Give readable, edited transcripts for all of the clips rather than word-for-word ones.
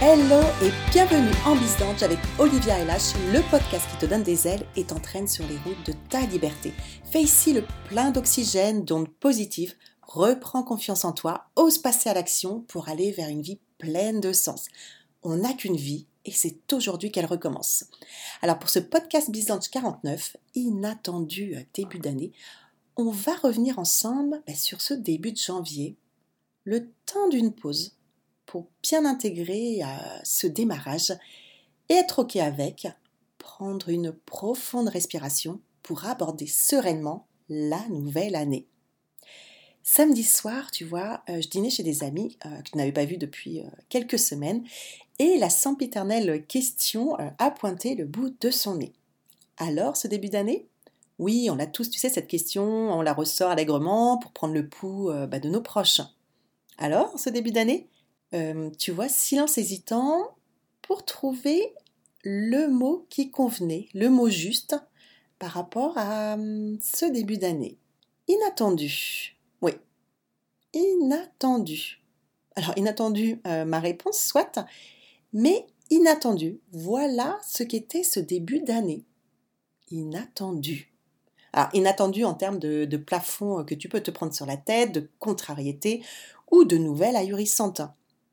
Hello et bienvenue en Bislunch avec Olivia LH, le podcast qui te donne des ailes et t'entraîne sur les routes de ta liberté. Fais ici le plein d'oxygène, d'ondes positives, reprends confiance en toi, ose passer à l'action pour aller vers une vie pleine de sens. On n'a qu'une vie et c'est aujourd'hui qu'elle recommence. Alors pour ce podcast Bislunch 49, inattendu début d'année, on va revenir ensemble sur ce début de janvier, le temps d'une pause, pour bien intégrer ce démarrage et être OK avec, prendre une profonde respiration pour aborder sereinement la nouvelle année. Samedi soir, tu vois, je dînais chez des amis que je n'avais pas vus depuis quelques semaines et la sempiternelle question a pointé le bout de son nez. Alors, ce début d'année ? Oui, on l'a tous, tu sais, cette question, on la ressort allègrement pour prendre le pouls de nos proches. Alors, ce début d'année ? Tu vois, silence hésitant pour trouver le mot qui convenait, le mot juste par rapport à ce début d'année. Inattendu. Oui, inattendu. Alors, inattendu, ma réponse, soit, mais inattendu, voilà ce qu'était ce début d'année. Inattendu. Alors, inattendu en termes de plafond que tu peux te prendre sur la tête, de contrariété ou de nouvelles ahurissantes.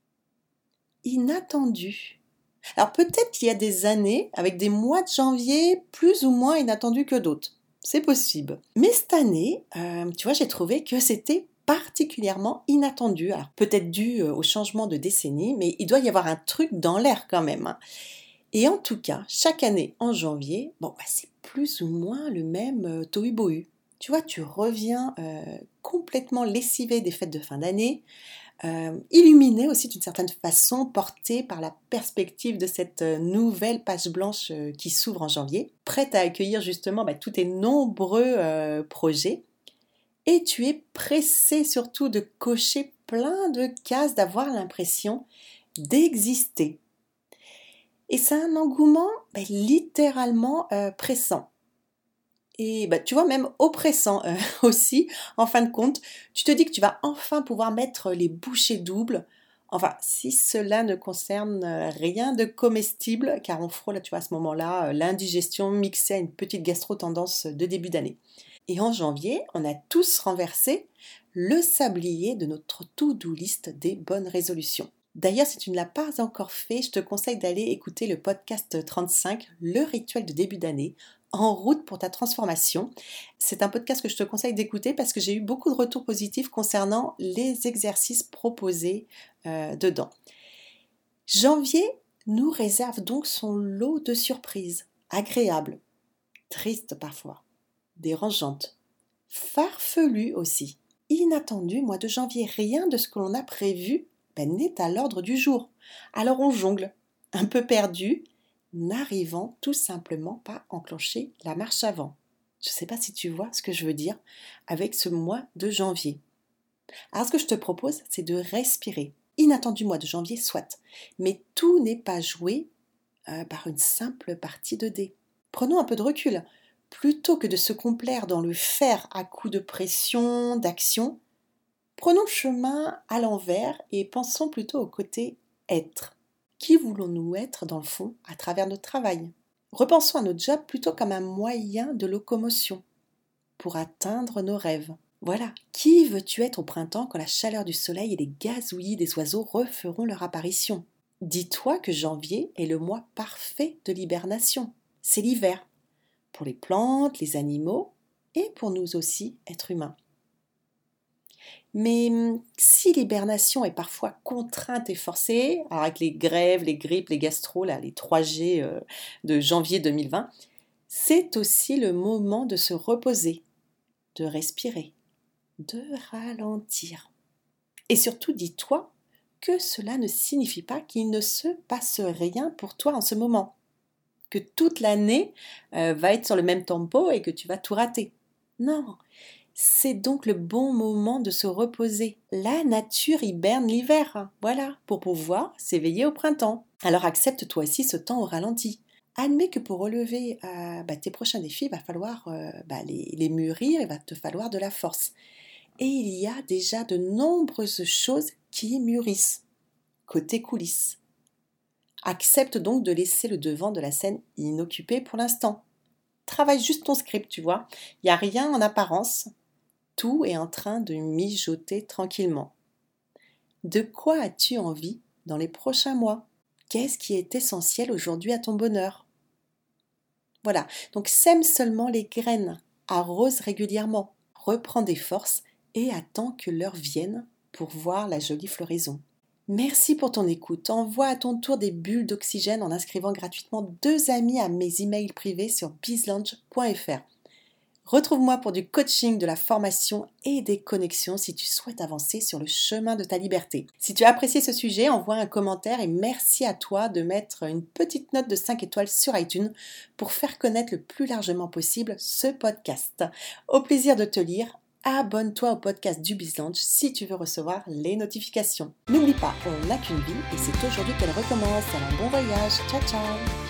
Inattendu. Alors peut-être qu'il y a des années, avec des mois de janvier plus ou moins inattendus que d'autres. C'est possible. Mais cette année, tu vois, j'ai trouvé que c'était particulièrement inattendu. Alors peut-être dû au changement de décennie, mais il doit y avoir un truc dans l'air quand même. Et en tout cas, chaque année en janvier, c'est plus ou moins le même tohu-bohu. Tu vois, tu reviens complètement lessivé des fêtes de fin d'année, illuminé aussi d'une certaine façon, porté par la perspective de cette nouvelle page blanche qui s'ouvre en janvier, prête à accueillir justement tous tes nombreux projets. Et tu es pressé surtout de cocher plein de cases, d'avoir l'impression d'exister. Et c'est un engouement littéralement pressant. Et tu vois, même oppressant aussi, en fin de compte, tu te dis que tu vas enfin pouvoir mettre les bouchées doubles. Enfin, si cela ne concerne rien de comestible, car on frôle, tu vois, à ce moment-là, l'indigestion mixée à une petite gastro-tendance de début d'année. Et en janvier, on a tous renversé le sablier de notre to-do list des bonnes résolutions. D'ailleurs, si tu ne l'as pas encore fait, je te conseille d'aller écouter le podcast 35, le rituel de début d'année, en route pour ta transformation. C'est un podcast que je te conseille d'écouter parce que j'ai eu beaucoup de retours positifs concernant les exercices proposés dedans. Janvier nous réserve donc son lot de surprises, agréables, tristes parfois, dérangeantes, farfelues aussi. Inattendu, mois de janvier, rien de ce que l'on a prévu n'est à l'ordre du jour. Alors on jongle, un peu perdu, n'arrivant tout simplement pas à enclencher la marche avant. Je ne sais pas si tu vois ce que je veux dire avec ce mois de janvier. Alors ce que je te propose, c'est de respirer. Inattendu mois de janvier, soit. Mais tout n'est pas joué par une simple partie de dés. Prenons un peu de recul. Plutôt que de se complaire dans le faire à coups de pression, d'action, prenons le chemin à l'envers et pensons plutôt au côté être. Qui voulons-nous être dans le fond à travers notre travail ? Repensons à notre job plutôt comme un moyen de locomotion pour atteindre nos rêves. Voilà, qui veux-tu être au printemps quand la chaleur du soleil et les gazouillis des oiseaux referont leur apparition ? Dis-toi que janvier est le mois parfait de l'hibernation. C'est l'hiver, pour les plantes, les animaux et pour nous aussi, êtres humains. Mais si l'hibernation est parfois contrainte et forcée, alors avec les grèves, les grippes, les gastros, les 3G de janvier 2020, c'est aussi le moment de se reposer, de respirer, de ralentir. Et surtout, dis-toi que cela ne signifie pas qu'il ne se passe rien pour toi en ce moment, que toute l'année va être sur le même tempo et que tu vas tout rater. Non, c'est donc le bon moment de se reposer. La nature hiberne l'hiver, voilà, pour pouvoir s'éveiller au printemps. Alors accepte toi aussi ce temps au ralenti. Admets que pour relever tes prochains défis, il va falloir les mûrir, il va te falloir de la force. Et il y a déjà de nombreuses choses qui mûrissent, côté coulisses. Accepte donc de laisser le devant de la scène inoccupé pour l'instant. Travaille juste ton script, tu vois. Il n'y a rien en apparence. Tout est en train de mijoter tranquillement. De quoi as-tu envie dans les prochains mois? Qu'est-ce qui est essentiel aujourd'hui à ton bonheur? Voilà, donc sème seulement les graines, arrose régulièrement, reprends des forces et attends que l'heure vienne pour voir la jolie floraison. Merci pour ton écoute. Envoie à ton tour des bulles d'oxygène en inscrivant gratuitement 2 amis à mes emails privés sur bizlaunch.fr. Retrouve-moi pour du coaching, de la formation et des connexions si tu souhaites avancer sur le chemin de ta liberté. Si tu as apprécié ce sujet, envoie un commentaire et merci à toi de mettre une petite note de 5 étoiles sur iTunes pour faire connaître le plus largement possible ce podcast. Au plaisir de te lire. Abonne-toi au podcast du BizLaunch si tu veux recevoir les notifications. N'oublie pas, on n'a qu'une vie et c'est aujourd'hui qu'elle recommence. Alors bon voyage, ciao ciao!